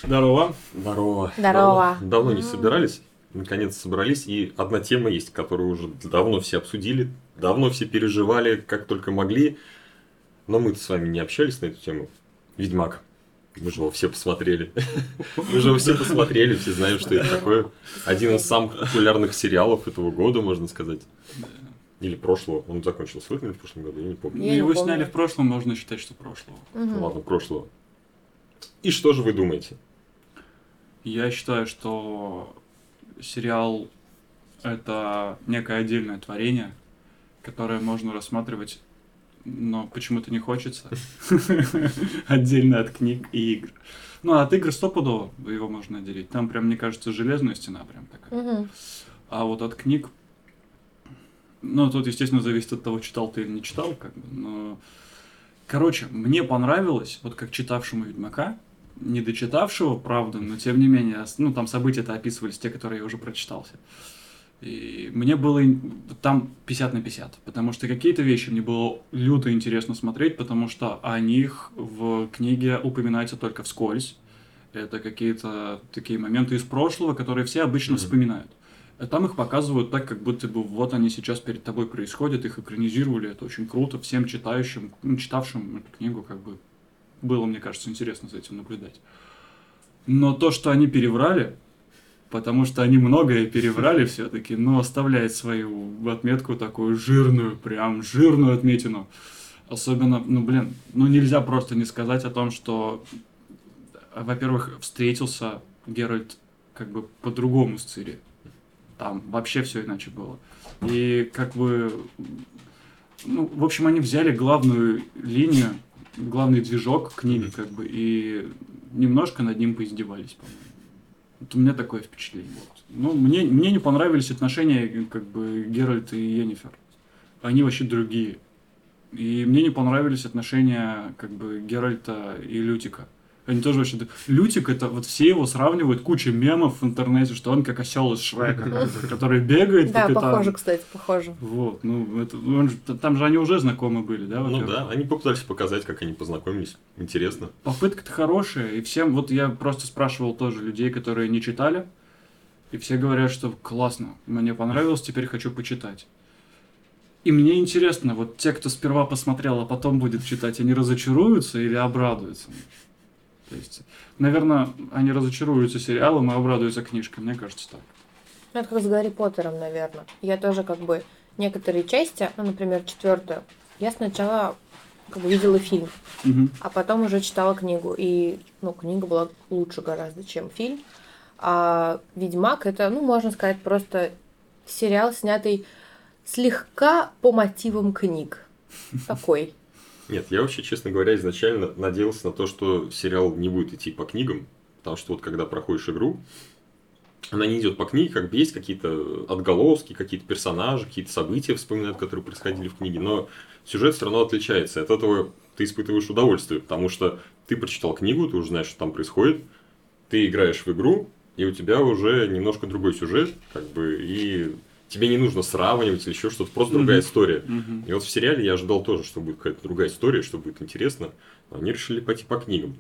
Здорово. Здорово. Здорово. Давно не собирались, наконец собрались, и одна тема есть, которую уже давно все обсудили, давно все переживали, как только могли, но мы-то с вами не общались на эту тему. Ведьмак. Мы же его все посмотрели. Мы же его все посмотрели, все знаем, что это такое. Один из самых популярных сериалов этого года, можно сказать. Или прошлого. Он закончился в прошлом году, я не помню. Я не Его помню. сняли в прошлом, можно считать, что прошлого. Мгм. Ладно, прошлого. И что же вы думаете? Я считаю, что сериал это некое отдельное творение, которое можно рассматривать, но почему-то не хочется. Отдельно от книг и игр. Ну, от игр стопудово его можно отделить. Там прям, мне кажется, железная стена прям такая. Мгм. А вот от книг, ну, тут, естественно, зависит от того, читал ты или не читал, как бы, но... Короче, мне понравилось, вот как читавшему Ведьмака, не дочитавшего, правда, но тем не менее, ну, там события-то описывались, те, которые я уже прочитался. И мне было там 50 на 50, потому что какие-то вещи мне было люто интересно смотреть, потому что о них в книге упоминается только вскользь. Это какие-то такие моменты из прошлого, которые все обычно вспоминают. А там их показывают так, как будто бы вот они сейчас перед тобой происходят, их экранизировали, это очень круто. Всем читающим, ну, читавшим эту книгу, как бы было, мне кажется, интересно за этим наблюдать. Но то, что они переврали, потому что они многое переврали все-таки, но оставляет свою отметку такую жирную, прям жирную отметину. Особенно, ну нельзя просто не сказать о том, что, во-первых, встретился Геральт как бы по-другому с Цири. Там вообще все иначе было. И как бы, ну, в общем, они взяли главную линию, главный движок книги, как бы, и немножко над ним поиздевались, по-моему. Вот у меня такое впечатление. Вот. Ну, мне не понравились отношения, как бы, Геральта и Йеннифер. Они вообще другие. И мне не понравились отношения, как бы, Геральта и Лютика. Они тоже вообще... Лютик, это вот все его сравнивают, куча мемов в интернете, что он как осел из Шрека, который бегает по Да, пятам. похоже, кстати, похоже. Вот, ну, это, там же они уже знакомы были, да? Ну во-первых? да, они попытались показать, как они познакомились. Интересно. Попытка-то хорошая, и всем, вот я просто спрашивал тоже людей, которые не читали, и все говорят, что классно, мне понравилось, теперь хочу почитать. И мне интересно, вот те, кто сперва посмотрел, а потом будет читать, они разочаруются или обрадуются? То есть, наверное, они разочаруются сериалом и обрадуются книжкой, мне кажется так. Ну, это как с Гарри Поттером, наверное. Я тоже как бы некоторые части, ну, например, 4, я сначала как бы видела фильм, а потом уже читала книгу. И, ну, книга была лучше гораздо, чем фильм. А «Ведьмак» — это, ну, можно сказать, просто сериал, снятый слегка по мотивам книг. Такой. Нет, я вообще, честно говоря, изначально надеялся на то, что сериал не будет идти по книгам, потому что вот когда проходишь игру, она не идет по книге, как бы есть какие-то отголоски, какие-то персонажи, какие-то события вспоминают, которые происходили в книге, но сюжет все равно отличается. От этого ты испытываешь удовольствие, потому что ты прочитал книгу, ты уже знаешь, что там происходит, ты играешь в игру, и у тебя уже немножко другой сюжет, как бы, и тебе не нужно сравнивать или еще что-то, просто другая история. И вот в сериале я ожидал тоже, что будет какая-то другая история, что будет интересно. Но они решили пойти по книгам.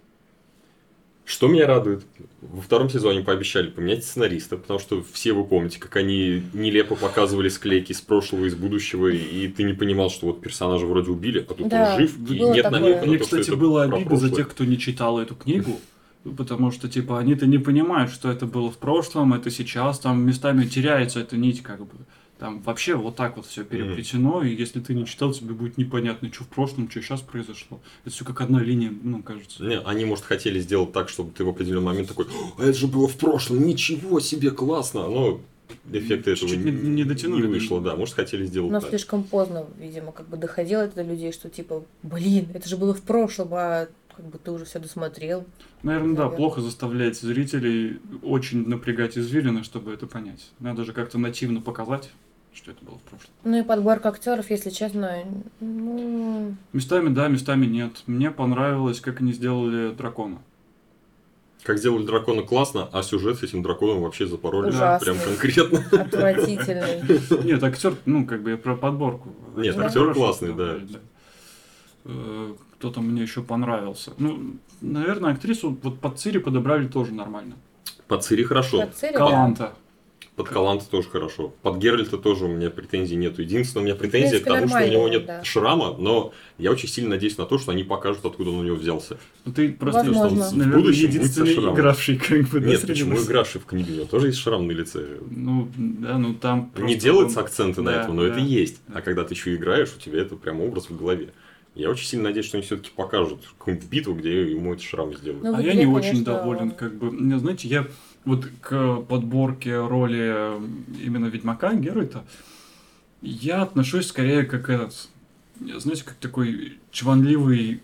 Что меня радует, во 2 сезоне пообещали поменять сценариста, потому что все вы помните, как они нелепо показывали склейки с прошлого и с будущего, и ты не понимал, что вот персонажа вроде убили, а тут Да, он жив, и было нет такое. намека на Мне, то, что кстати, это было про обидно за прошлое. тех, кто не читал эту книгу, потому что, типа, они-то не понимают, что это было в прошлом, это сейчас, там местами теряется эта нить, как бы. Там вообще вот так вот все переплетено, и если ты не читал, тебе будет непонятно, что в прошлом, что сейчас произошло. Это все как одна линия, ну, кажется. Не, они, может, хотели сделать так, чтобы ты в определенный момент такой: а это же было в прошлом, ничего себе, классно! Но эффекта этого Чуть-чуть не дотянули, не да. вышло, да. Может, хотели сделать Но так. слишком поздно, видимо, как бы доходило это до людей, что типа, блин, это же было в прошлом, а как бы ты уже все досмотрел. Наверное, да, Наверное. плохо заставлять зрителей очень напрягать извилины, чтобы это понять. Надо же как-то нативно показать, что это было в прошлом. Ну и подборка актеров, если честно, ну, Местами да, местами нет. Мне понравилось, как они сделали дракона. Как сделали дракона классно, а сюжет с этим драконом вообще запороли. Ужасный. Прям конкретно. отвратительный. Нет, актер, ну, как бы я про подборку. Нет, Да. актер Хорошо, классный, да. говорит, кто-то мне еще понравился. Ну, наверное, актрису вот под Цири подобрали тоже нормально. Под Цири хорошо. Под Цири, Каланта. Под Каланта тоже хорошо. Под Геральта тоже у меня претензий нету. Единственное, у меня претензия к тому, что у него нет шрама, но я очень сильно надеюсь на то, что они покажут, откуда он у него взялся. Ну, ты просто, Возможно. наверное, В будущем будет единственный со шрамом. игравший как бы. Нет, почему игравший в книге? У него тоже есть шрам на лице. Ну, да, ну там... Не делаются акценты на Да, этом, но да. это есть. А когда ты еще играешь, у тебя это прям образ в голове. Я очень сильно надеюсь, что они все-таки покажут какую-нибудь битву, где ему этот шрам сделают. Ну, в А я игре, не очень конечно, доволен, как бы. Не, знаете, я вот к подборке роли именно Ведьмака Геральта я отношусь скорее как этот, знаете, как такой чванливый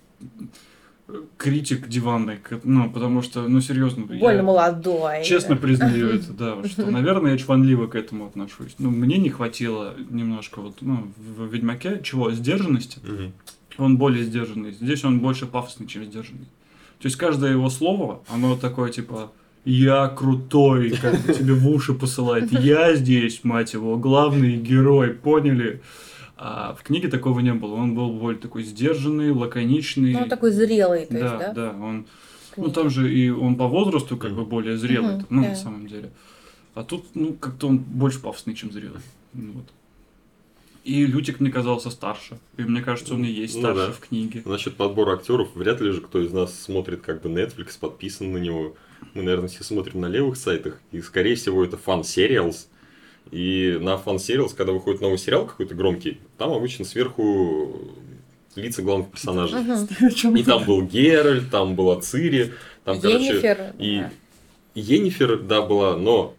критик диванный, ну, потому что, ну, серьезно, больно я молодой. честно признаю это, да, что, наверное, я чванливо к этому отношусь. Ну, мне не хватило немножко вот, ну, в Ведьмаке чего? Сдержанности. Мгм. Он более сдержанный. Здесь он больше пафосный, чем сдержанный. То есть каждое его слово, оно такое типа «Я крутой», как бы тебе в уши посылает. «Я здесь, мать его, главный герой», поняли? А в книге такого не было. Он был более такой сдержанный, лаконичный. Ну, он такой зрелый, то есть, Да, да? да. Он, в ну, книге. там же и он по возрасту как бы более зрелый, Мгм, ну, да. на самом деле. А тут, ну, как-то он больше пафосный, чем зрелый. Ну, вот. И Лютик мне казался старше. И мне кажется, он и есть Ну старше да. в книге. Насчет подбора актеров, вряд ли же кто из нас смотрит как бы Netflix, подписан на него. Мы, наверное, все смотрим на левых сайтах. И, скорее всего, это фан-сериалс. И на фан-сериалс, когда выходит новый сериал какой-то громкий, там обычно сверху лица главных персонажей. Мгм. И там был Геральт, там была Цири, там, короче... Йеннифер, И да. Йеннифер, да, была, но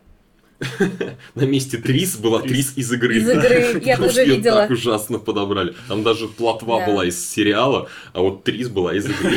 на месте Трис была Трис из игры. Из игры, я Потому тоже что её видела. так ужасно подобрали. Там даже плотва Да. была из сериала, а вот Трис была из игры.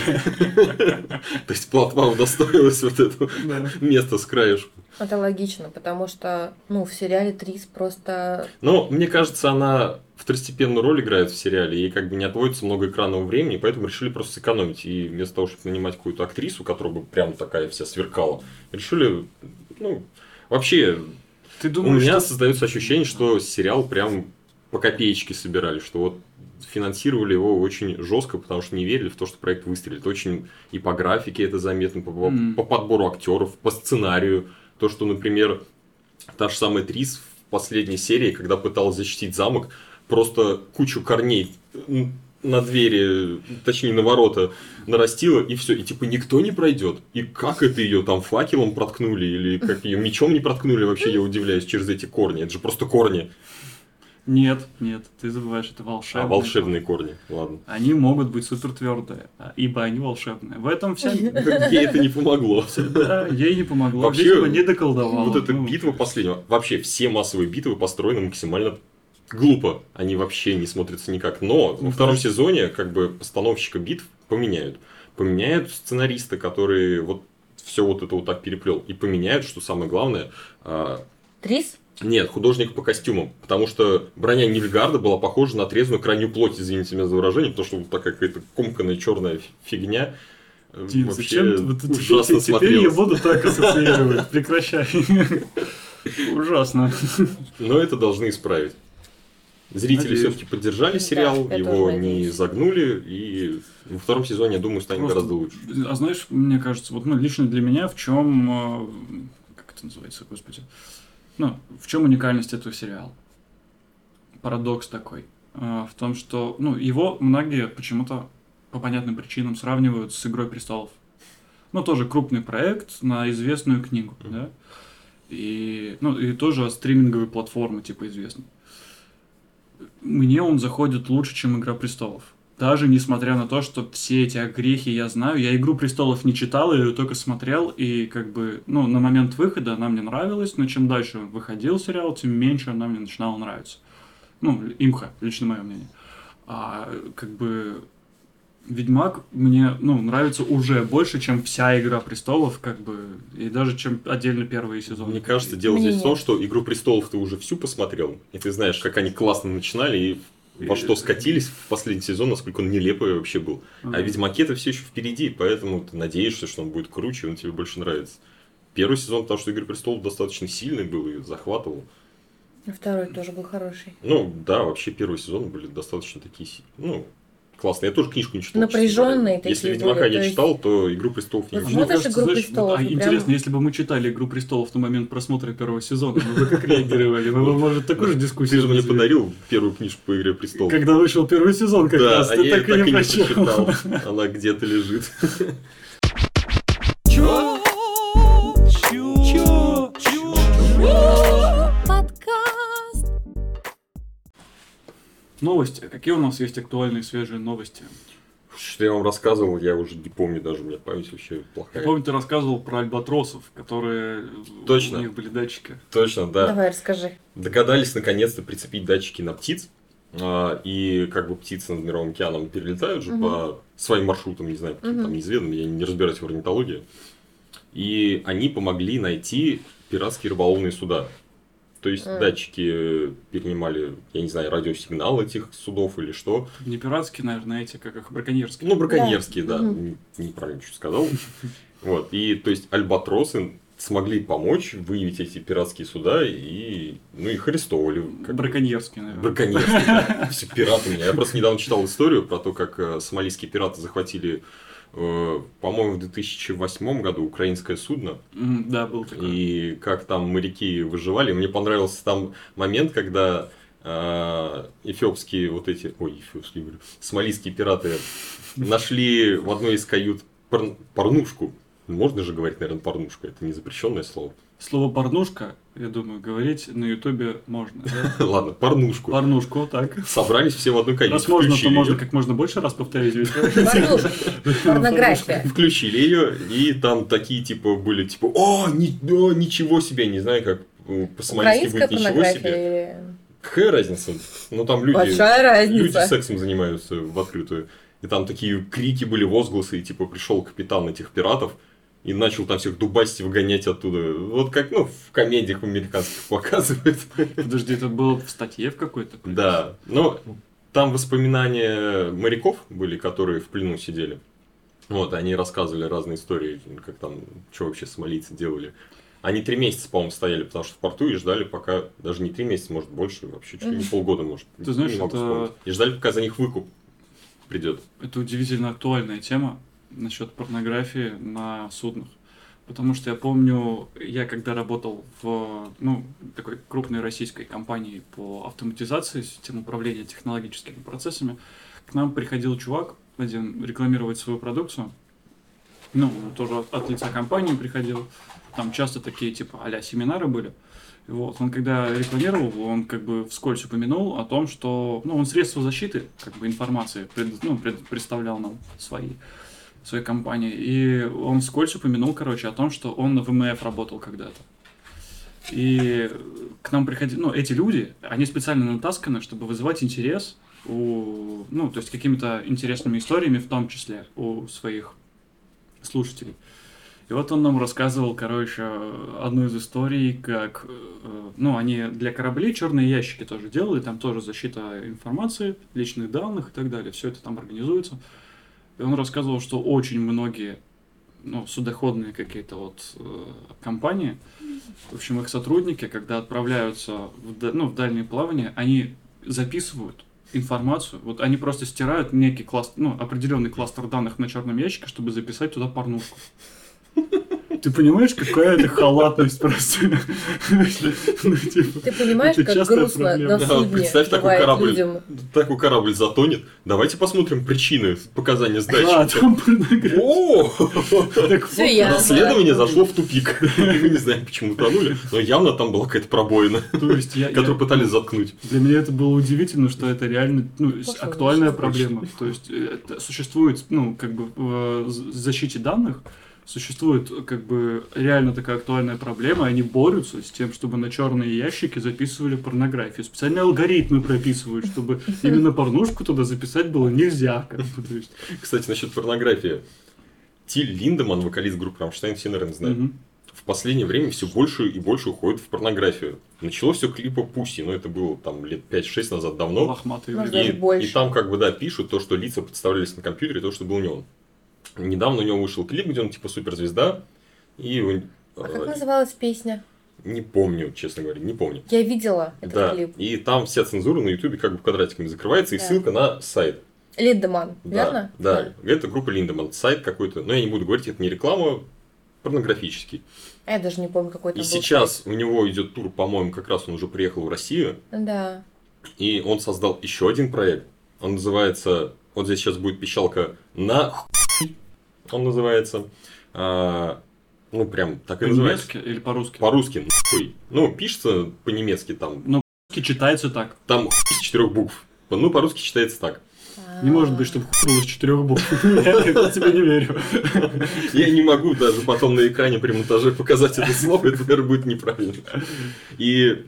То есть плотва удостоилась вот этого места с краешку. Это логично, потому что, ну, в сериале Трис просто... Но мне кажется, она второстепенную роль играет в сериале, ей как бы не отводится много экранного времени, поэтому решили просто сэкономить. И вместо того, чтобы нанимать какую-то актрису, которая бы прям такая вся сверкала, решили, ну, вообще, Ты у думаешь, меня что... создается ощущение, что сериал прям по копеечке собирали, что вот финансировали его очень жестко, потому что не верили в то, что проект выстрелит. Очень и по графике это заметно, по подбору актеров, по сценарию. То, что, например, та же самая Трис в последней серии, когда пыталась защитить замок, просто кучу корней на двери, точнее на ворота нарастила, и все. И типа никто не пройдет. И как это ее там факелом проткнули, или как ее мечом не проткнули, вообще я удивляюсь, через эти корни. Это же просто корни. Нет, нет, ты забываешь, это волшебные. А волшебные корни, ладно. Они могут быть супер твердые, ибо они волшебные. В этом вся... Ей это не помогло. Да, ей не помогло. Вообще, Видимо, не доколдовала. Вот эта Ну, битва последнего. Вообще, все массовые битвы построены максимально глупо. Они вообще не смотрятся никак. Но во втором сезоне, как бы, постановщика битв поменяют. Поменяют сценариста, который вот все вот это вот так переплел. И поменяют, что самое главное... Трис? Нет, художник по костюмам. Потому что броня Нильфгарда была похожа на отрезанную крайнюю плоть, извините меня за выражение, потому что вот такая какая-то комканная черная фигня. Дим, зачем вот ужасно теперь я смотрелось. буду так ассоциировать? Прекращай. Ужасно. Но это должны исправить. Зрители Надеюсь. все-таки поддержали сериал, я его тоже не надеюсь. загнули, и во втором сезоне, я думаю, станет Просто- гораздо лучше. А знаешь, мне кажется, вот ну, лично для меня в чем, как это называется, господи, ну, в чем уникальность этого сериала? Парадокс такой. В том, что, ну, его многие почему-то по понятным причинам сравнивают с «Игрой престолов». Ну, тоже крупный проект на известную книгу, да? И, ну, и тоже стриминговые платформы, типа, известны. Мне он заходит лучше, чем «Игра престолов». Даже несмотря на то, что все эти огрехи я знаю, я «Игру престолов» не читал, я ее только смотрел, и как бы, ну, на момент выхода она мне нравилась, но чем дальше выходил сериал, тем меньше она мне начинала нравиться. Ну, имха, лично мое мнение. А как бы Ведьмак мне, ну, нравится уже больше, чем вся «Игра престолов», как бы, и даже чем отдельно первые сезоны. Мне кажется, дело Мне здесь в том, нет. что «Игру престолов» ты уже всю посмотрел, и ты знаешь, как они классно начинали, и во что скатились в последний сезон, насколько он нелепый вообще был. А Ведьмаке-то все еще впереди, поэтому ты надеешься, что он будет круче, и он тебе больше нравится. Первый сезон, потому что «Игры престолов» достаточно сильный был и захватывал. Второй тоже был хороший. Ну, да, вообще первые сезоны были достаточно такие, ну, классно. Я тоже книжку не читал. Напряженные такие. Если Ведьмака были, я то читал, то Игру престолов не Вот читал. смотришь «Игру престолов», и интересно, прям- если бы мы читали «Игру престолов» на момент просмотра первого сезона, мы бы как реагировали? Мы бы, может, такую же Ты дискуссию же мне развили. подарил первую книжку по Игре престолов. Когда вышел первый сезон, как Да, раз, а ты я так и не прочитал. прочитал. Она где-то лежит. Подкаст. Новости. Какие у нас есть актуальные, свежие новости? Что я вам рассказывал, я уже не помню даже, у меня память вообще Я плохая. помню, ты рассказывал про альбатросов, которые... Точно. У них были датчики. Точно, да. Давай, расскажи. Догадались наконец-то прицепить датчики на птиц. И как бы птицы над Мировым океаном перелетают же по своим маршрутам, не знаю, каким там неизведанным, я не разбираюсь в орнитологии. И они помогли найти пиратские рыболовные суда. То есть датчики перенимали, я не знаю, радиосигнал этих судов или что. Не пиратские, наверное, эти, как их, браконьерские. Ну, браконьерские, да. Мгм. Неправильно чуть сказал. Вот. И то есть альбатросы смогли помочь выявить эти пиратские суда и, ну, их арестовывали. Браконьерские, наверное. Браконьерские, да. Все пираты меня. Я просто недавно читал историю про то, как сомалийские пираты захватили, по-моему, в 2008 году украинское судно. Да, был такой. И как там моряки выживали. Мне понравился там момент, когда эфиопские вот эти, эфиопские, говорю, сомалийские пираты нашли в одной из кают порнушку. Можно же говорить, наверное, порнушка, это не запрещенное слово. Слово «порнушка», я думаю, говорить на ютубе можно. Да? Ладно, порнушку. Порнушку, так. Собрались все в одну каюту. Раз можно, то включили можно её. как можно больше раз повторить. ведь. Порнография. Включили ее, и там такие типа были, типа, ничего себе, не знаю, как по-сомалийски Украинская будет ничего себе. порнография или... Какая разница? Ну там люди, Большая люди разница. сексом занимаются в открытую. И там такие крики были, возгласы, и типа пришел капитан этих пиратов и начал там всех дубасить и выгонять оттуда. Вот как, ну, в комедиях американских показывают. Подожди, это было в статье в какой-то? Да, но там воспоминания моряков были, которые в плену сидели. Вот, они рассказывали разные истории, как там, что вообще сомалийцы делали. Они 3 месяца, по-моему, стояли, потому что в порту и ждали, пока, даже не 3 месяца, может, больше, вообще чуть ли не полгода, может. Ты знаешь, не могу это- вспомнить. И ждали, пока за них выкуп придет. Это удивительно актуальная тема насчет порнографии на суднах. Потому что я помню, я когда работал в такой крупной российской компании по автоматизации систем управления технологическими процессами, к нам приходил чувак один рекламировать свою продукцию. Ну, он тоже от лица компании приходил. Там часто такие типа а-ля семинары были. И вот, он когда рекламировал, он как бы вскользь упомянул о том, что он средства защиты как бы информации представлял нам своей компании. И он вскользь упомянул, короче, о том, что он на ВМФ работал когда-то. И к нам приходили, эти люди, они специально натасканы, чтобы вызывать интерес то есть какими-то интересными историями, в том числе у своих слушателей. И вот он нам рассказывал, короче, одну из историй, как, они для кораблей черные ящики тоже делали, там тоже защита информации, личных данных и так далее, все это там организуется. И он рассказывал, что очень многие, судоходные какие-то компании, в общем, их сотрудники, когда отправляются в дальние плавания, они записывают информацию, вот они просто стирают некий определенный кластер данных на черном ящике, чтобы записать туда порнушку. Ты понимаешь, какая это халатность просто? Ты понимаешь, это как частая грустно проблема. на Да, вот судне представь, такой бывает корабль. людям. Такой корабль затонет. Давайте посмотрим причины показания сдачи. А, там порнография. О! Так Всё вот, ясно. Расследование зашло в тупик. Мы не знаем, почему тонули, но явно там была какая-то пробоина, То есть которую пытались заткнуть. для меня это было удивительно, что это реально актуальная Пошло. проблема. То есть это существует, в защите данных существует реально такая актуальная проблема, они борются с тем, чтобы на черные ящики записывали порнографию. Специальные алгоритмы прописывают, чтобы именно порнушку туда записать было нельзя. То есть, Кстати, насчет порнографии. Тиль Линдеманн, вокалист группы Рамштайн, все, наверное, знают. В последнее время все больше и больше уходит в порнографию. Началось все клипа Пусси, но это было там лет 5-6 назад давно. лохматые Может, времена. даже больше. И там пишут то, что лица подставлялись на компьютере, то, что был не он. Недавно у него вышел клип, где он типа суперзвезда. И А как называлась песня? не помню, честно говоря, не помню. Я видела этот Да, клип. и там вся цензура на ютубе как бы квадратиками закрывается, и Да. ссылка на сайт. Линдеманн, верно? Да, это группа Линдеманн, сайт какой-то, но я не буду говорить, это не реклама, порнографический. Я даже не помню, какой там И был сейчас у него идет тур, по-моему, как раз он уже приехал в Россию, Да. и он создал еще один проект. Он называется, вот здесь сейчас будет пищалка на хуй, он называется, ну прям так и называется. По-немецки или по-русски? По-русски, нахуй. Ну, пишется по-немецки там. Ну, по-русски читается так. Там хуй с 4 букв. Ну, по-русски читается так. Не может быть, чтобы хуй было с 4 букв. Я тебе не верю. Я не могу даже потом на экране при монтаже показать это слово, это, наверное, будет неправильно. И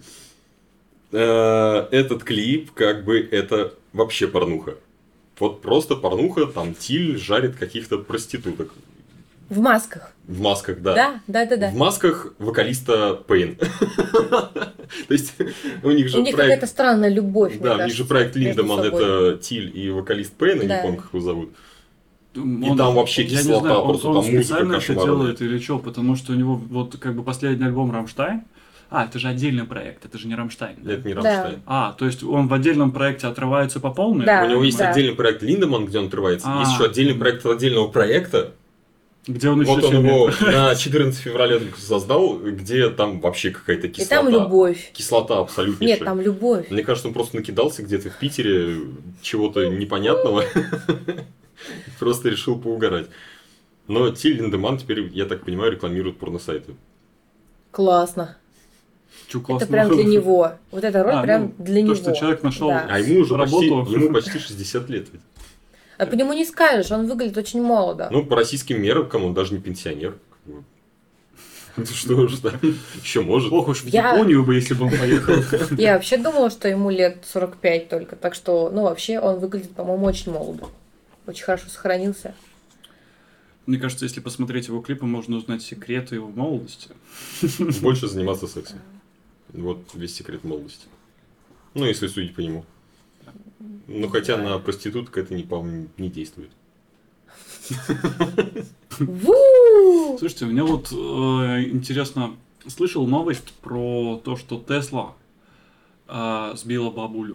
этот клип, как бы, это вообще порнуха. Вот просто порнуха, там Тиль жарит каких-то проституток. В масках. В масках, да. Да. В масках вокалиста Пейн. То есть у них же какая-то странная любовь. Да, у них же проект Линдеманн, это Тиль и вокалист Пейн, я не помню, как его зовут. И там вообще кислота, просто там музыка специально это кошмарная. делает или что? Потому что у него вот как бы последний альбом «Рамштайн». Это же отдельный проект, это же не «Рамштайн». Это не «Рамштайн». То есть он в отдельном проекте отрывается по полной? Да. У него есть отдельный проект Линдеманн, где он отрывается. Есть еще отдельный проект отдельного проекта. Где он еще вот он его на 14 февраля создал, где там вообще какая-то кислота. И там любовь. Кислота абсолютнейшая. Нет, там любовь. Мне кажется, он просто накидался где-то в Питере чего-то непонятного. Просто решил поугарать. Но Тиль Линдеманн теперь, я так понимаю, рекламирует порносайты. Классно. Классно. Это прям для него. Вот эта роль прям для него. То, что человек нашел А ему уже работу. почти 60 лет. А по нему не скажешь, он выглядит очень молодо. Ну, по российским меркам он даже не пенсионер. Что ж, еще может. Ох уж в Японию бы, если бы он поехал. Я вообще думала, что ему лет 45 только. Так что, вообще он выглядит, по-моему, очень молодо. Очень хорошо сохранился. Мне кажется, если посмотреть его клипы, можно узнать секреты его молодости. Больше заниматься сексом. Вот весь секрет молодости. Ну, если судить по нему. Ну, хотя на проституток это, не действует. Слушайте, у меня вот интересно, слышал новость про то, что Тесла сбила бабулю.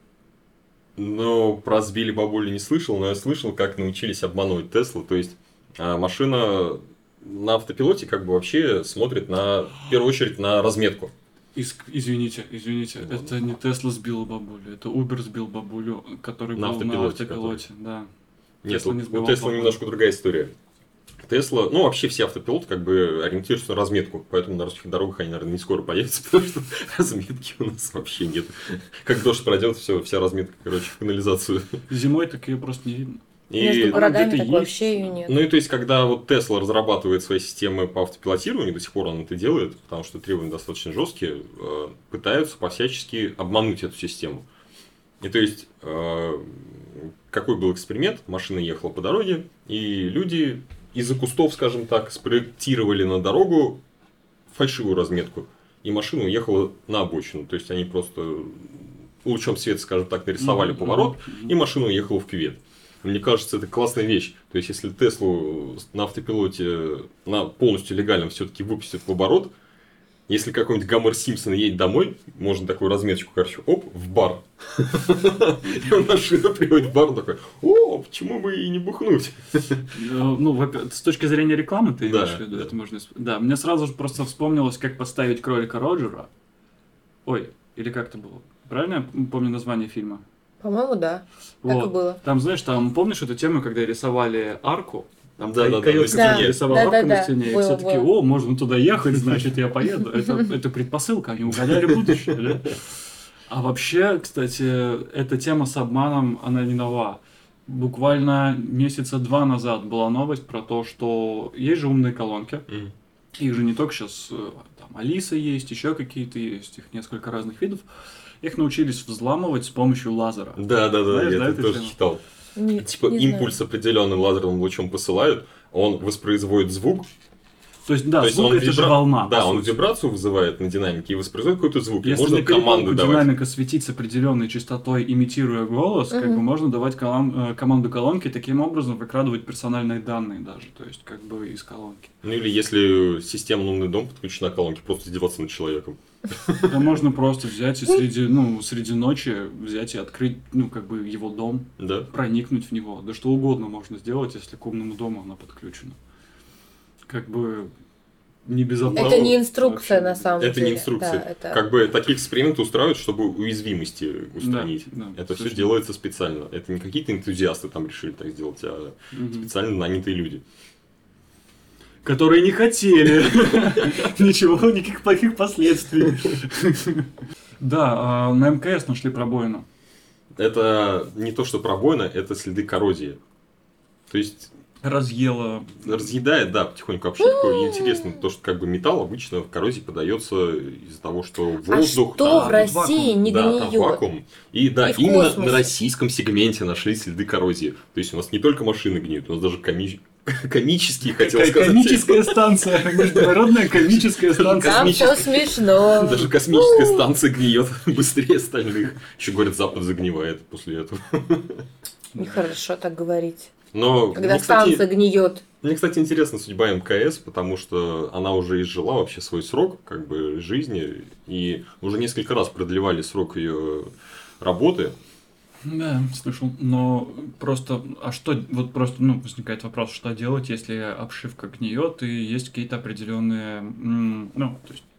Ну, про сбили бабулю не слышал, но я слышал, как научились обманывать Теслу. То есть, машина на автопилоте как бы вообще смотрит в первую очередь на разметку. Извините, это не Тесла сбила бабулю, это Uber сбил бабулю, который был на автопилоте. Да. Нет, у Тесла немножко другая история. Тесла, вообще все автопилоты как бы ориентируются на разметку, поэтому на русских дорогах они, наверное, не скоро появятся, потому что разметки у нас вообще нет. Как дождь пройдет, вся разметка, в канализацию. Зимой так ее просто не видно. Между городами так вообще ее нет. Ну и то есть, когда вот Tesla разрабатывает свои системы по автопилотированию, до сих пор он это делает, потому что требования достаточно жесткие, пытаются по-всячески обмануть эту систему. И то есть, какой был эксперимент? Машина ехала по дороге, и люди из-за кустов, скажем так, спроектировали на дорогу фальшивую разметку, и машина уехала на обочину. То есть, они просто лучом света, скажем так, нарисовали поворот, и машина уехала в кювет. Мне кажется, это классная вещь. То есть, если Теслу на автопилоте на полностью легальном все-таки выпустят в оборот, если какой-нибудь Гомер Симпсон едет домой, можно такую разметочку, в бар. И он машину приводит в бар, он такой: почему бы и не бухнуть? Ну, с точки зрения рекламы ты имеешь в виду, это можно... Да, мне сразу же просто вспомнилось, как поставить кролика Роджера. Ой, или как это было? Правильно я помню название фильма? По-моему, да. Так и было. Там, знаешь, помнишь эту тему, когда рисовали арку? Там Койот рисовал арку на стене, и все было. таки можно туда ехать, значит, я поеду. Это предпосылка, они угадали будущее, да? А вообще, кстати, эта тема с обманом, она не нова. Буквально месяца 2 назад была новость про то, что есть же умные колонки. Их же не только сейчас, там Алиса есть, еще какие-то есть, их несколько разных видов. Их научились взламывать с помощью лазера. Да, я это тоже читал. Импульс определенным лазерным лучом посылают, он воспроизводит звук. То есть, звук это же волна. Да, он вибрацию вызывает на динамике и воспроизводит какой-то звук. Если можно команды давать. Динамика светить с определенной частотой, имитируя голос, как бы можно давать команду колонки, таким образом выкрадывать персональные данные даже, то есть как бы из колонки. Ну или если система на умный дом подключена к колонке, просто издеваться над человеком. Да можно просто взять и среди ночи взять и открыть, его дом, Да. проникнуть в него. Да что угодно можно сделать, если к умному дому она подключена. Небезопасно. Это не инструкция вообще. на самом деле. Это не инструкция. Да, это... Как бы такие эксперименты устраивают, чтобы уязвимости устранить. Да, Это все точно. делается специально. Это не какие-то энтузиасты там решили так сделать, а специально нанятые люди. Которые не хотели. Ничего, никаких плохих последствий. Да, на МКС нашли пробоину. Это не то, что пробоина, это следы коррозии. То есть Разъела. разъедает, да, потихоньку обшивку. И интересно, то, что как бы металл обычно в коррозии подается из-за того, что воздух... что там, в России не да, там гниет? вакуум. И да, И в именно космосе. на российском сегменте нашли следы коррозии. То есть у нас не только машины гниют, у нас даже комические, хотел сказать. Комическая станция. Международная комическая станция. Там все смешно. Даже космическая станция гниет быстрее остальных. Еще говорят, Запад загнивает после этого. Нехорошо так говорить. Но Когда мне, кстати, станция гниет. Мне, кстати, интересна судьба МКС, потому что она уже изжила вообще свой срок как бы жизни, и уже несколько раз продлевали срок ее работы. Да, слышал. Но просто, возникает вопрос, что делать, если обшивка гниет и есть какие-то определенные, то есть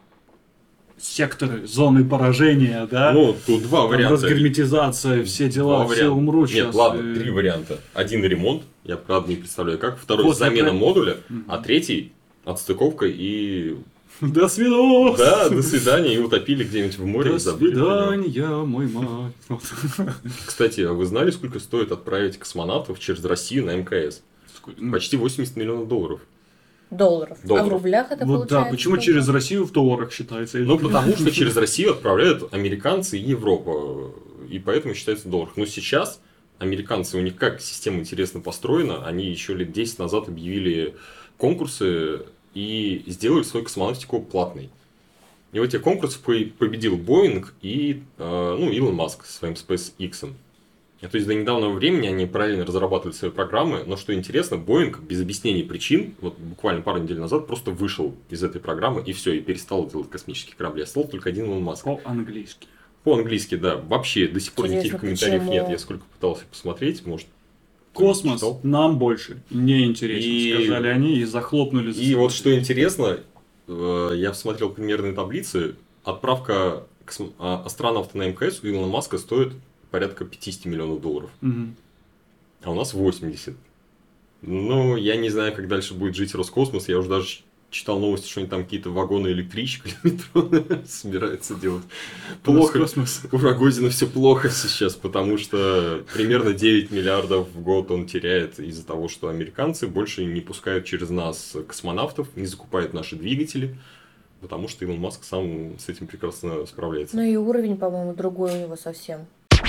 секторы, зоны поражения, да? Ну, тут два Там варианта. разгерметизация, все дела, Два все варианта. умрут Нет, сейчас. ладно, три варианта. Один ремонт, я правда не представляю как. Второй Вот, замена я модуля, а третий отстыковка и... До свидания! Да, до свидания, и утопили где-нибудь в море. До и забыли про него. свидания, мой мать. Кстати, а вы знали, сколько стоит отправить космонавтов через Россию на МКС? Почти 80 миллионов долларов. Долларов. А в Долларов. рублях это Вот получается? да, почему сколько? через Россию в долларах считается? Ну, потому что через Россию отправляют американцы и Европа. И поэтому считается в долларах. Но сейчас американцы, у них как система интересно построена, они еще лет 10 назад объявили конкурсы и сделали свою космонавтику платной. И в этих конкурсах победил Боинг и Илон Маск со своим SpaceX. То есть до недавнего времени они параллельно разрабатывали свои программы, но что интересно, Боинг без объяснений причин, вот буквально пару недель назад, просто вышел из этой программы и все, и перестал делать космические корабли. Остался только один Илон Маск. По-английски. По-английски, да. Вообще до сих пор Интересно, никаких комментариев почему? нет. Я сколько пытался посмотреть, может... Космос читал. нам больше не интересен, И- сказали они и захлопнули за И собой. вот что интересно, я посмотрел примерные таблицы, отправка астронавта на МКС у Илона Маска стоит порядка 50 миллионов долларов, Мгм. а у нас 80. Ну, я не знаю, как дальше будет жить Роскосмос, я уже даже читал новости, что они там какие-то вагоны электричек или метро собираются делать. Плохо. Роскосмос. У Рогозина все плохо сейчас, потому что примерно 9 миллиардов в год он теряет из-за того, что американцы больше не пускают через нас космонавтов, не закупают наши двигатели, потому что Илон Маск сам с этим прекрасно справляется. Ну и уровень, по-моему, другой у него совсем.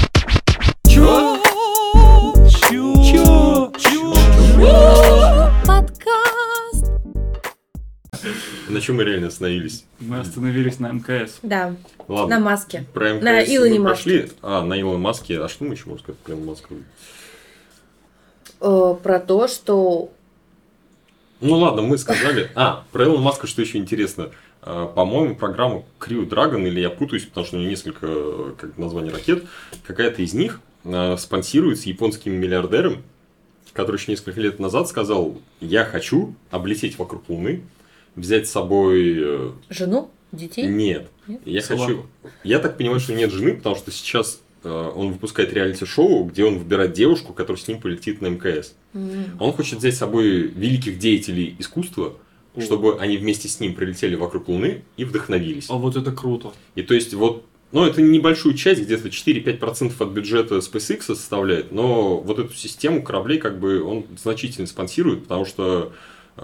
Подкаст. На чем мы реально остановились? Мы остановились на МКС. Да, Ладно. на маске. Про МКС На Илоне мы Маске. прошли. На Илоне Маске. А что мы еще можем сказать про Илона Маска? Про то, что... Ну ладно, мы сказали. Про Илона Маска, что еще интересно. По-моему, программа Crew Dragon, или я путаюсь, потому что у нее несколько названий ракет, какая-то из них спонсируется японским миллиардером, который еще несколько лет назад сказал: я хочу облететь вокруг Луны, взять с собой... Жену? Детей? Нет. Нет? Я Собаку. хочу... Я так понимаю, что нет жены, потому что сейчас он выпускает реалити-шоу, где он выбирает девушку, которая с ним полетит на МКС. Он хочет взять с собой великих деятелей искусства, чтобы они вместе с ним прилетели вокруг Луны и вдохновились. А вот это круто. И то есть вот, это небольшую часть, где-то 4-5% от бюджета SpaceX составляет, но вот эту систему кораблей как бы он значительно спонсирует, потому что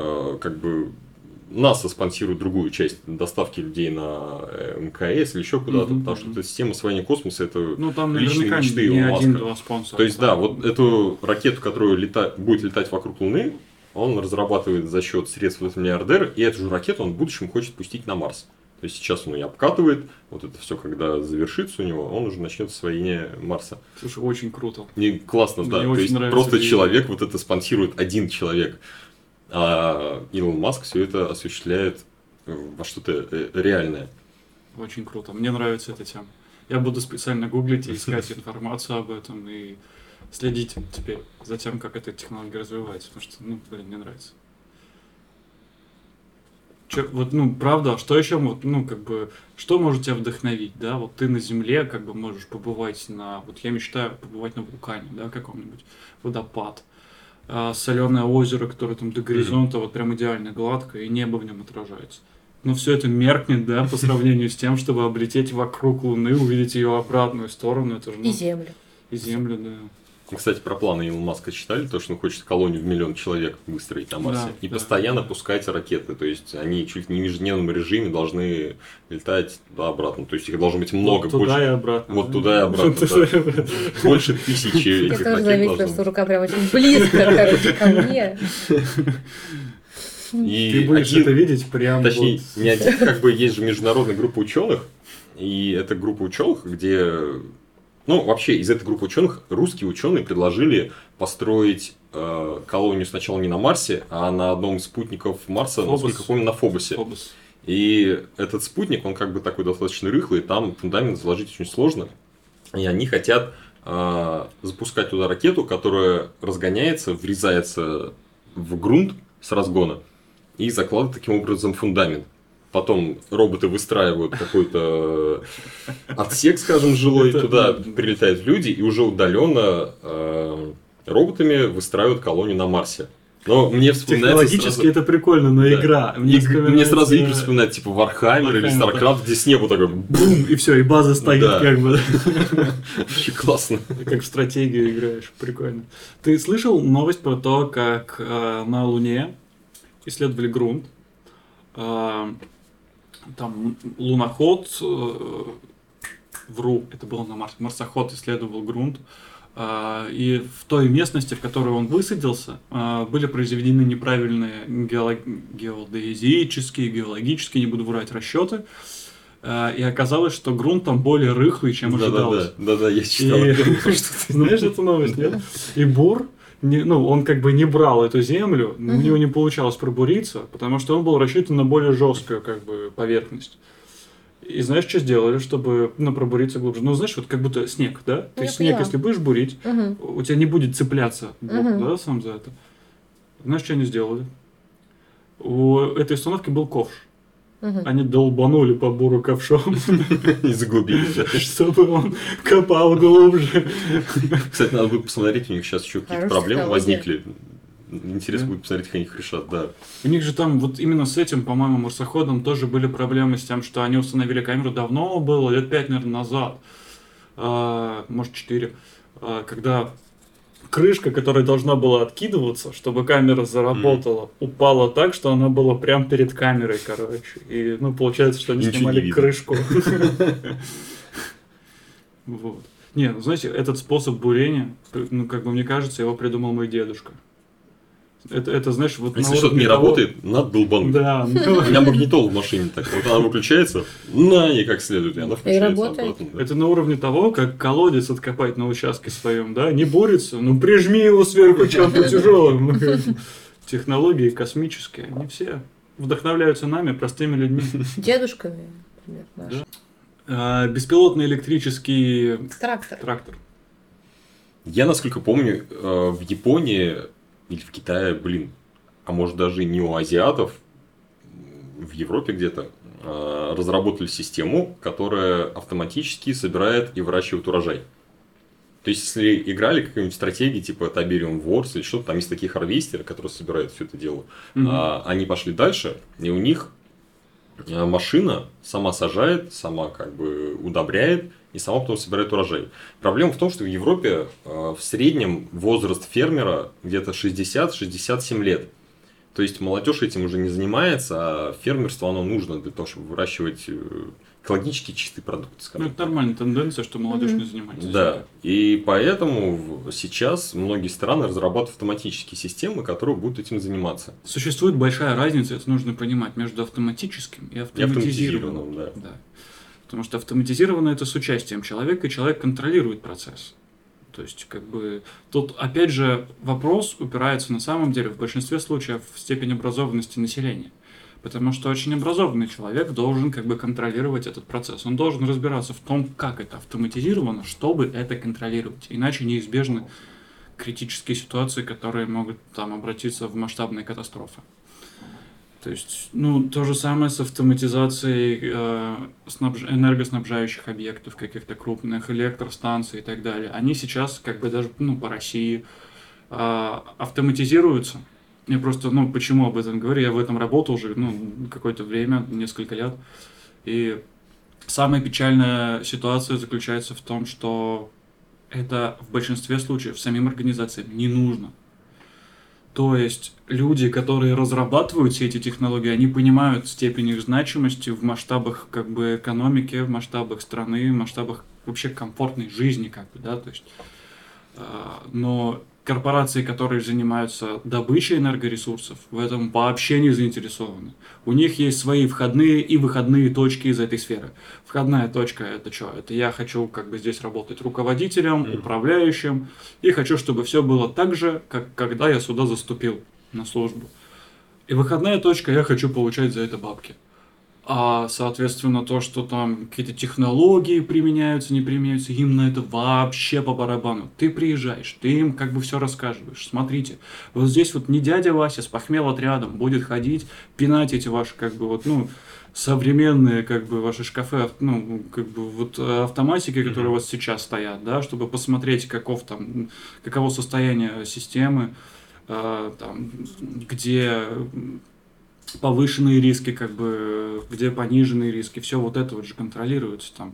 НАСА спонсирует другую часть доставки людей на МКС или еще куда-то, Мгм, потому что мгм. эта система освоения космоса это там личные наверняка мечты не Илона Маска. один-два спонсора. То есть, да, вот эту ракету, которая будет летать вокруг Луны, он разрабатывает за счет средств этого миллиардера, и эту же ракету он в будущем хочет пустить на Марс. То есть сейчас он ее обкатывает, вот это все, когда завершится у него, он уже начнет освоение Марса. Слушай, очень круто. И классно, Мне да. То очень есть нравится просто идея. человек вот это спонсирует один человек, а Илон Маск все это осуществляет во что-то реальное. Очень круто. Мне нравится эта тема. Я буду специально гуглить и искать информацию об этом и следить теперь за тем, как эта технология развивается. Потому что, мне нравится. Правда, что еще, что может тебя вдохновить, да? Вот ты на Земле, можешь побывать я мечтаю побывать на вулкане, да, каком-нибудь, водопад, соленое озеро, которое там до горизонта, вот прям идеально гладкое, и небо в нем отражается. Но все это меркнет, да, по сравнению с тем, чтобы облететь вокруг Луны, увидеть ее обратную сторону. Это же, и Землю. И Землю, да. Кстати, про планы Илона Маска читали, то, что он хочет колонию в 1 миллион человек выстроить на Марсе. И постоянно пускать ракеты. То есть они чуть ли не в ежедневном режиме должны летать туда-обратно. То есть их должно быть много. Вот туда и обратно. Вот туда и обратно. Больше 1000 этих ракет. Я тоже заметила, что рука прям очень близко, ко мне. И ты будешь это видеть прям. Точнее, не один, есть же международная группа ученых. И это группа ученых, где... вообще, из этой группы ученых русские ученые предложили построить колонию сначала не на Марсе, а на одном из спутников Марса, насколько я помню, на Фобосе. Фобос. И этот спутник, он такой достаточно рыхлый, там фундамент заложить очень сложно. И они хотят запускать туда ракету, которая разгоняется, врезается в грунт с разгона и закладывает таким образом фундамент. Потом роботы выстраивают какой-то отсек, скажем, жилой, туда прилетают люди и уже удаленно роботами выстраивают колонию на Марсе. Но мне вспоминается технологически это прикольно, но игра. Мне сразу игры вспоминают, типа Warhammer или StarCraft, где с неба такой бум, и все, и база стоит Очень классно. Как в стратегию играешь, прикольно. Ты слышал новость про то, как на Луне исследовали грунт? Там луноход, это было на Марсе, марсоход исследовал грунт, и в той местности, в которой он высадился, были произведены неправильные геодезические, геологические, не буду врать, расчеты, и оказалось, что грунт там более рыхлый, чем ожидалось. Да, я читал. Знаешь эту новость, нет? И бур, он не брал эту землю, у него не получалось пробуриться, потому что он был рассчитан на более жесткую поверхность. И знаешь, что сделали, чтобы пробуриться глубже? Знаешь, вот как будто снег, да? То есть снег, если будешь бурить, у тебя не будет цепляться блок, да, сам за это. Знаешь, что они сделали? У этой установки был ковш. Они долбанули по буру ковшом. И заглубились. Чтобы он копал глубже. Кстати, надо будет посмотреть, у них сейчас еще какие-то проблемы возникли. Интересно будет посмотреть, как они их решат, да. У них же там вот именно с этим, по-моему, марсоходом тоже были проблемы с тем, что они установили камеру давно было, лет 5, наверное, назад. Может, 4. Когда крышка, которая должна была откидываться, чтобы камера заработала, упала так, что она была прямо перед камерой, короче. И, получается, что они снимали крышку. Вот. Не, знаете, этот способ бурения, мне кажется, его придумал мой дедушка. Это знаешь, вот если что-то не работает, надо долбануть. Да. У меня магнитола в машине так. Вот она выключается, и как следует, и она включается обратно. Это на уровне того, как колодец откопать на участке своем, да? Не борется, прижми его сверху чем-то тяжелым. Технологии космические, они все вдохновляются нами, простыми людьми. Дедушками, например, наши. Да. Беспилотный электрический трактор. Я, насколько помню, в Японии или в Китае, а может даже не у азиатов, в Европе где-то, разработали систему, которая автоматически собирает и выращивает урожай. То есть, если играли какие-нибудь стратегии, типа Tiberium Wars или что-то, там есть такие харвестеры, которые собирают все это дело, они пошли дальше, и у них машина сама сажает, сама удобряет, и сама потом собирает урожай. Проблема в том, что в Европе в среднем возраст фермера где-то 60-67 лет. То есть молодежь этим уже не занимается, а фермерство оно нужно для того, чтобы выращивать экологически чистый продукт. Это нормальная тенденция, что молодежь не занимается. Да. И поэтому сейчас многие страны разрабатывают автоматические системы, которые будут этим заниматься. Существует большая разница, это нужно понимать, между автоматическим и автоматизированным. Да. Потому что автоматизированное это с участием человека, и человек контролирует процесс. То есть, тут, опять же, вопрос упирается на самом деле в большинстве случаев в степень образованности населения. Потому что очень образованный человек должен как бы контролировать этот процесс. Он должен разбираться в том, как это автоматизировано, чтобы это контролировать. Иначе неизбежны критические ситуации, которые могут там обратиться в масштабные катастрофы. То есть, ну, то же самое с автоматизацией энергоснабжающих объектов, каких-то крупных электростанций и так далее. Они сейчас как бы даже, ну, по России автоматизируются. Я просто, ну, почему об этом говорю? Я в этом работал уже, ну, какое-то время, несколько лет. И самая печальная ситуация заключается в том, что это в большинстве случаев самим организациям не нужно. То есть люди, которые разрабатывают все эти технологии, они понимают степень их значимости в масштабах как бы экономики, в масштабах страны, в масштабах вообще комфортной жизни, как бы, да, то есть, но корпорации, которые занимаются добычей энергоресурсов, в этом вообще не заинтересованы. У них есть свои входные и выходные точки из этой сферы. Входная точка — это что? Это я хочу как бы здесь работать руководителем, управляющим, и хочу, чтобы все было так же, как когда я сюда заступил на службу. И выходная точка — я хочу получать за это бабки. А, соответственно, то, что там какие-то технологии применяются, не применяются, им на это вообще по барабану. Ты приезжаешь, ты им как бы все рассказываешь. Смотрите, вот здесь вот не дядя Вася с похмелотрядом будет ходить, пинать эти ваши как бы вот, ну, современные как бы ваши шкафы, ну, как бы вот автоматики, которые у вас сейчас стоят, да, чтобы посмотреть, каково состояние системы, там, где повышенные риски, как бы, где пониженные риски, все вот это вот же контролируется, там,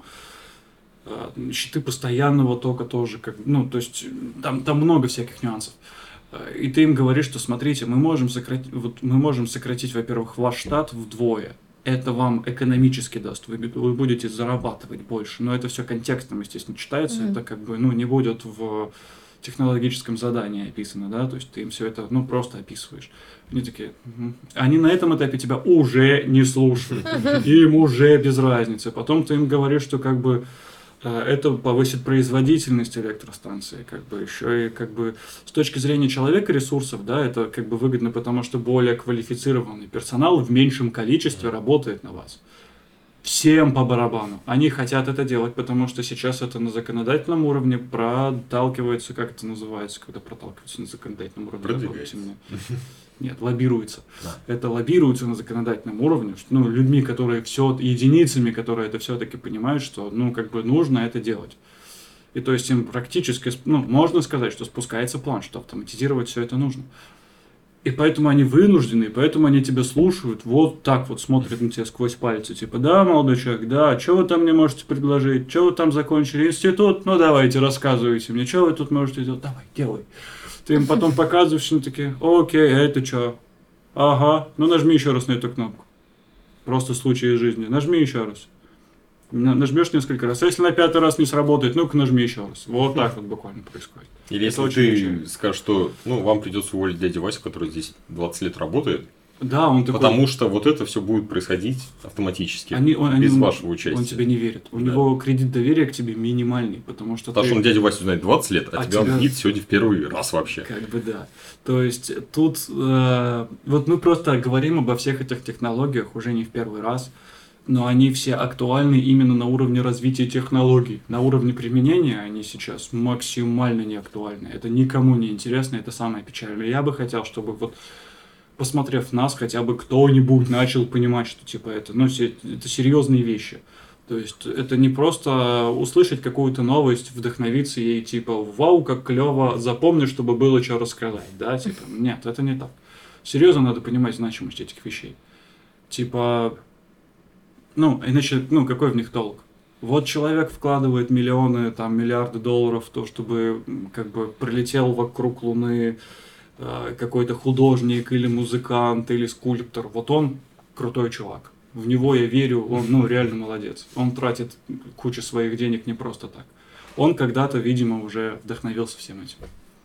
щиты постоянного тока тоже, как, ну, то есть, там много всяких нюансов. И ты им говоришь, что смотрите, мы можем сократить, во-первых, ваш штат вдвое. Это вам экономически даст, вы будете зарабатывать больше, но это все контекстом, естественно, читается, это как бы, ну, не будет в технологическом задании описано, да, то есть ты им все это, ну, просто описываешь. Они такие, Они на этом этапе тебя уже не слушают, им уже без разницы. Потом ты им говоришь, что как бы это повысит производительность электростанции, как бы еще и как бы с точки зрения человека ресурсов, да, это как бы выгодно, потому что более квалифицированный персонал в меньшем количестве работает на вас. Всем по барабану. Они хотят это делать, потому что сейчас это на законодательном уровне проталкивается, как это называется, когда проталкивается на законодательном уровне? Продвигается. Нет, лоббируется. Да. Это лоббируется на законодательном уровне, что, ну, людьми, которые единицами, которые это все-таки понимают, что, ну, как бы нужно это делать. И то есть им практически, ну, можно сказать, что спускается план, что автоматизировать все это нужно. И поэтому они вынуждены, и поэтому они тебя слушают, вот так вот смотрят на тебя сквозь пальцы, типа, да, молодой человек, да, что вы там мне можете предложить, что вы там закончили институт, ну давайте, рассказывайте мне, что вы тут можете делать, давай, делай. Ты им потом показываешь, они такие, окей, а это что? Ага, ну нажми еще раз на эту кнопку. Просто случай из жизни, нажми еще раз. Нажмешь несколько раз, а если на 5-й раз не сработает, ну-ка нажми еще раз. Вот так вот буквально происходит. Или это если ты скажешь, что, ну, вам придется уволить дядю Васю, который здесь 20 лет работает, да, он такой, потому что вот это все будет происходить автоматически, без вашего участия. Он тебе не верит. У него кредит доверия к тебе минимальный, потому что что он дядю Васю знает 20 лет, а тебя он видит сегодня в первый раз вообще. Как бы да. То есть тут вот мы просто говорим обо всех этих технологиях уже не в первый раз, но они все актуальны именно на уровне развития технологий. На уровне применения они сейчас максимально не актуальны. Это никому не интересно, это самое печальное. Я бы хотел, чтобы вот, посмотрев нас, хотя бы кто-нибудь начал понимать, что типа это серьезные вещи. То есть это не просто услышать какую-то новость, вдохновиться ей, типа, вау, как клево, запомни, чтобы было что рассказать, да, типа, нет, это не так. Серьезно надо понимать значимость этих вещей. Типа, ну, иначе, ну, какой в них толк? Вот человек вкладывает миллионы, там, миллиарды долларов в то, чтобы, как бы, прилетел вокруг Луны какой-то художник или музыкант или скульптор. Вот он крутой чувак. В него я верю, он, ну, реально молодец. Он тратит кучу своих денег не просто так. Он когда-то, видимо, уже вдохновился всем этим.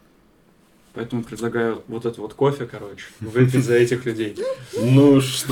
Поэтому предлагаю вот это вот кофе, короче, выпить за этих людей. Ну что?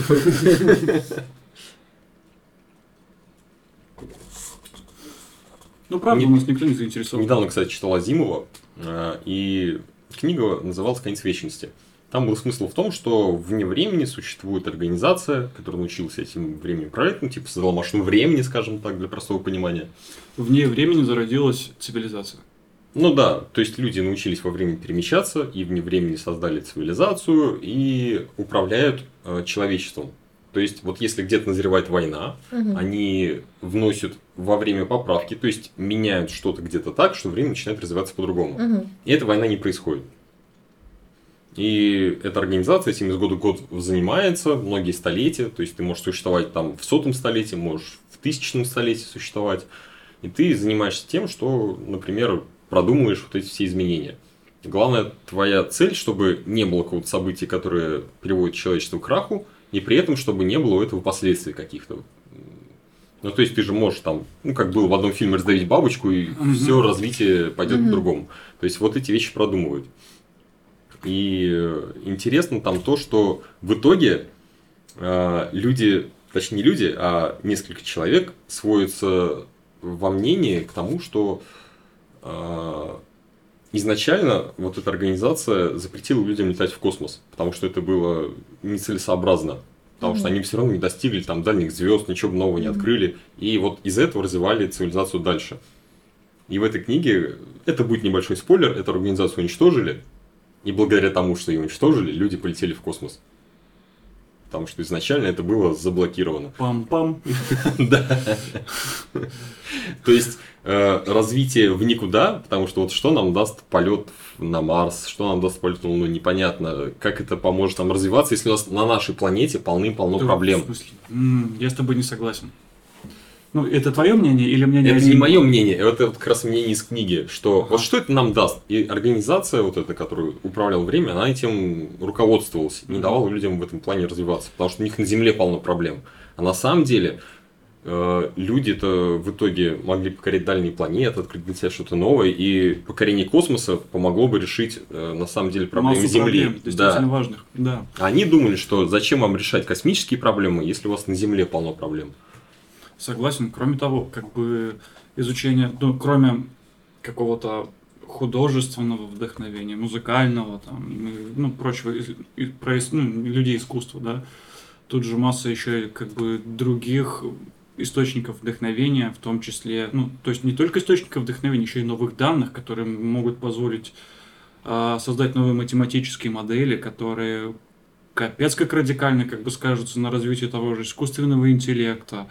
Ну, правда, у нас никто не заинтересован. Недавно, кстати, читал Азимова, и книга называлась «Конец вечности». Там был смысл в том, что вне времени существует организация, которая научилась этим временем управлять, ну, типа создала машину времени, скажем так, для простого понимания. Вне времени зародилась цивилизация. Ну да, то есть люди научились во времени перемещаться, и вне времени создали цивилизацию и управляют человечеством. То есть, вот если где-то назревает война, они вносят во время поправки, то есть меняют что-то где-то так, что время начинает развиваться по-другому. И эта война не происходит. И эта организация этим из года в год занимается многие столетия. То есть ты можешь существовать там в 100-м столетии, можешь в 1000-м столетии существовать. И ты занимаешься тем, что, например, продумываешь вот эти все изменения. Главная твоя цель, чтобы не было какого-то события, которое приводит человечество к краху, и при этом, чтобы не было у этого последствий каких-то. Ну, то есть ты же можешь там, ну, как было в одном фильме, раздавить бабочку, и все развитие пойдет по-другому. То есть вот эти вещи продумывают. И интересно там то, что в итоге люди, точнее не люди, а несколько человек сводятся во мнении к тому, что изначально вот эта организация запретила людям летать в космос, потому что это было нецелесообразно. Потому что они все равно не достигли там дальних звезд, ничего нового не открыли. И вот из этого развивали цивилизацию дальше. И в этой книге, это будет небольшой спойлер, эту организацию уничтожили. И благодаря тому, что ее уничтожили, люди полетели в космос. Потому что изначально это было заблокировано. Пам-пам. Да. То есть развитие в никуда, потому что вот что нам даст полет на Марс, что нам даст полет на Луну, непонятно. Как это поможет нам развиваться, если у нас на нашей планете полным-полно проблем. В смысле? Я с тобой не согласен. Ну, это твое мнение или мнение? Это не мое мнение, это вот как раз мнение из книги, что вот что это нам даст. И организация вот эта, которая управляла время, она этим руководствовалась, не давала людям в этом плане развиваться, потому что у них на Земле полно проблем. А на самом деле люди-то в итоге могли покорять дальние планеты, открыть для себя что-то новое, и покорение космоса помогло бы решить на самом деле проблемы массу Земли. Проблем, действительно важных. Да. Они думали, что зачем вам решать космические проблемы, если у вас на Земле полно проблем. Согласен. Кроме того, как бы изучение, ну, кроме какого-то художественного вдохновения, музыкального, там, ну, прочего, людей искусства, да, тут же масса еще как бы других источников вдохновения, в том числе, ну, то есть не только источников вдохновения, еще и новых данных, которые могут позволить создать новые математические модели, которые капец как радикально, как бы скажутся на развитии того же искусственного интеллекта,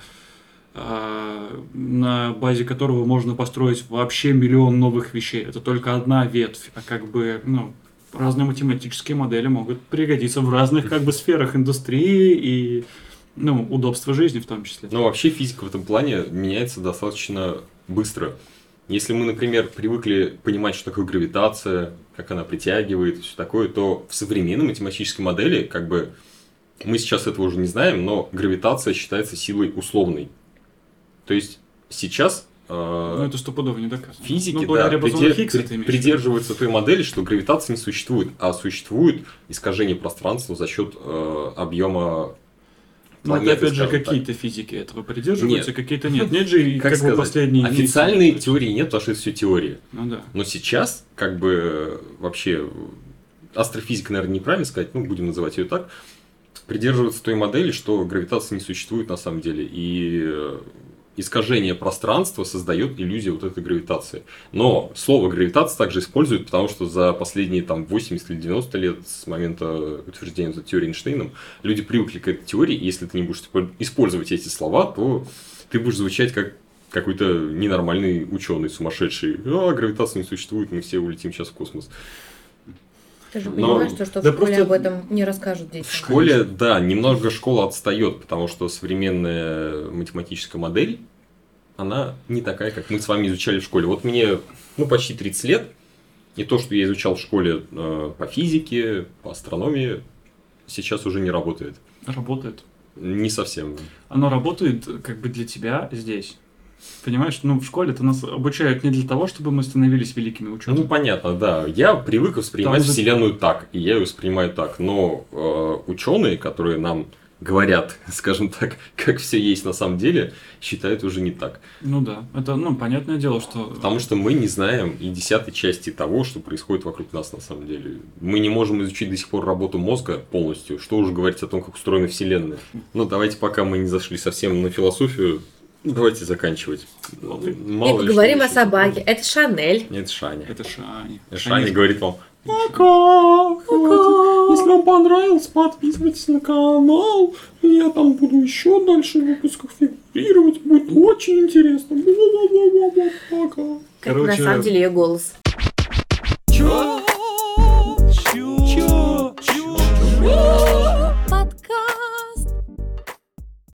на базе которого можно построить вообще миллион новых вещей. Это только одна ветвь, а как бы, ну, разные математические модели могут пригодиться в разных как бы сферах индустрии и, ну, удобства жизни в том числе. Но вообще физика в этом плане меняется достаточно быстро. Если мы, например, привыкли понимать, что такое гравитация, как она притягивает и все такое, то в современной математической модели, как бы, мы сейчас этого уже не знаем, но гравитация считается силой условной. То есть сейчас ну, это стопудово не доказано. Физики, ну, да, Хиггса, придерживаются той модели, что гравитации не существует, а существует искажение пространства за счет объема планеты. Ну, это опять же так. какие-то физики этого придерживаются, Нет. какие-то нет. Нет же Как бы сказать, последние... официальной теории нет, потому что это все теория. Ну да. Но сейчас, как бы, вообще, астрофизика, наверное, неправильно сказать, ну, будем называть ее так, придерживаются той модели, что гравитации не существует на самом деле. И искажение пространства создает иллюзию вот этой гравитации. Но слово гравитация также используют, потому что за последние там 80 или 90 лет с момента утверждения этой теории Эйнштейном люди привыкли к этой теории, и если ты не будешь использовать эти слова, то ты будешь звучать как какой-то ненормальный ученый, сумасшедший. А, гравитация не существует, мы все улетим сейчас в космос. Ты же понимаешь, что да в школе об этом не расскажут детям. В школе, да, немного школа отстает, потому что современная математическая модель, она не такая, как мы с вами изучали в школе. Вот мне, ну, почти 30 лет, и то, что я изучал в школе по физике, по астрономии, сейчас уже не работает. Работает. Не совсем. Оно работает как бы для тебя здесь. Понимаешь, ну, в школе-то нас обучают не для того, чтобы мы становились великими учеными. Ну, понятно, да. Я привык воспринимать Там Вселенную так, и я ее воспринимаю так. Но ученые, которые нам говорят, скажем так, как все есть на самом деле, считают уже не так. Ну да, это, ну, понятное дело, что... Потому что мы не знаем и 10-й части того, что происходит вокруг нас на самом деле. Мы не можем изучить до сих пор работу мозга полностью, что уже говорить о том, как устроена Вселенная. Ну, давайте, пока мы не зашли совсем на философию, давайте заканчивать. И поговорим о собаке. Это Шанель. Это Шаня. Это Шаня. Шаня говорит вам: пока! Если вам понравилось, подписывайтесь на канал. Я там буду еще дальше в выпусках фигурировать. Будет очень интересно. Пока. Как на самом деле ее голос.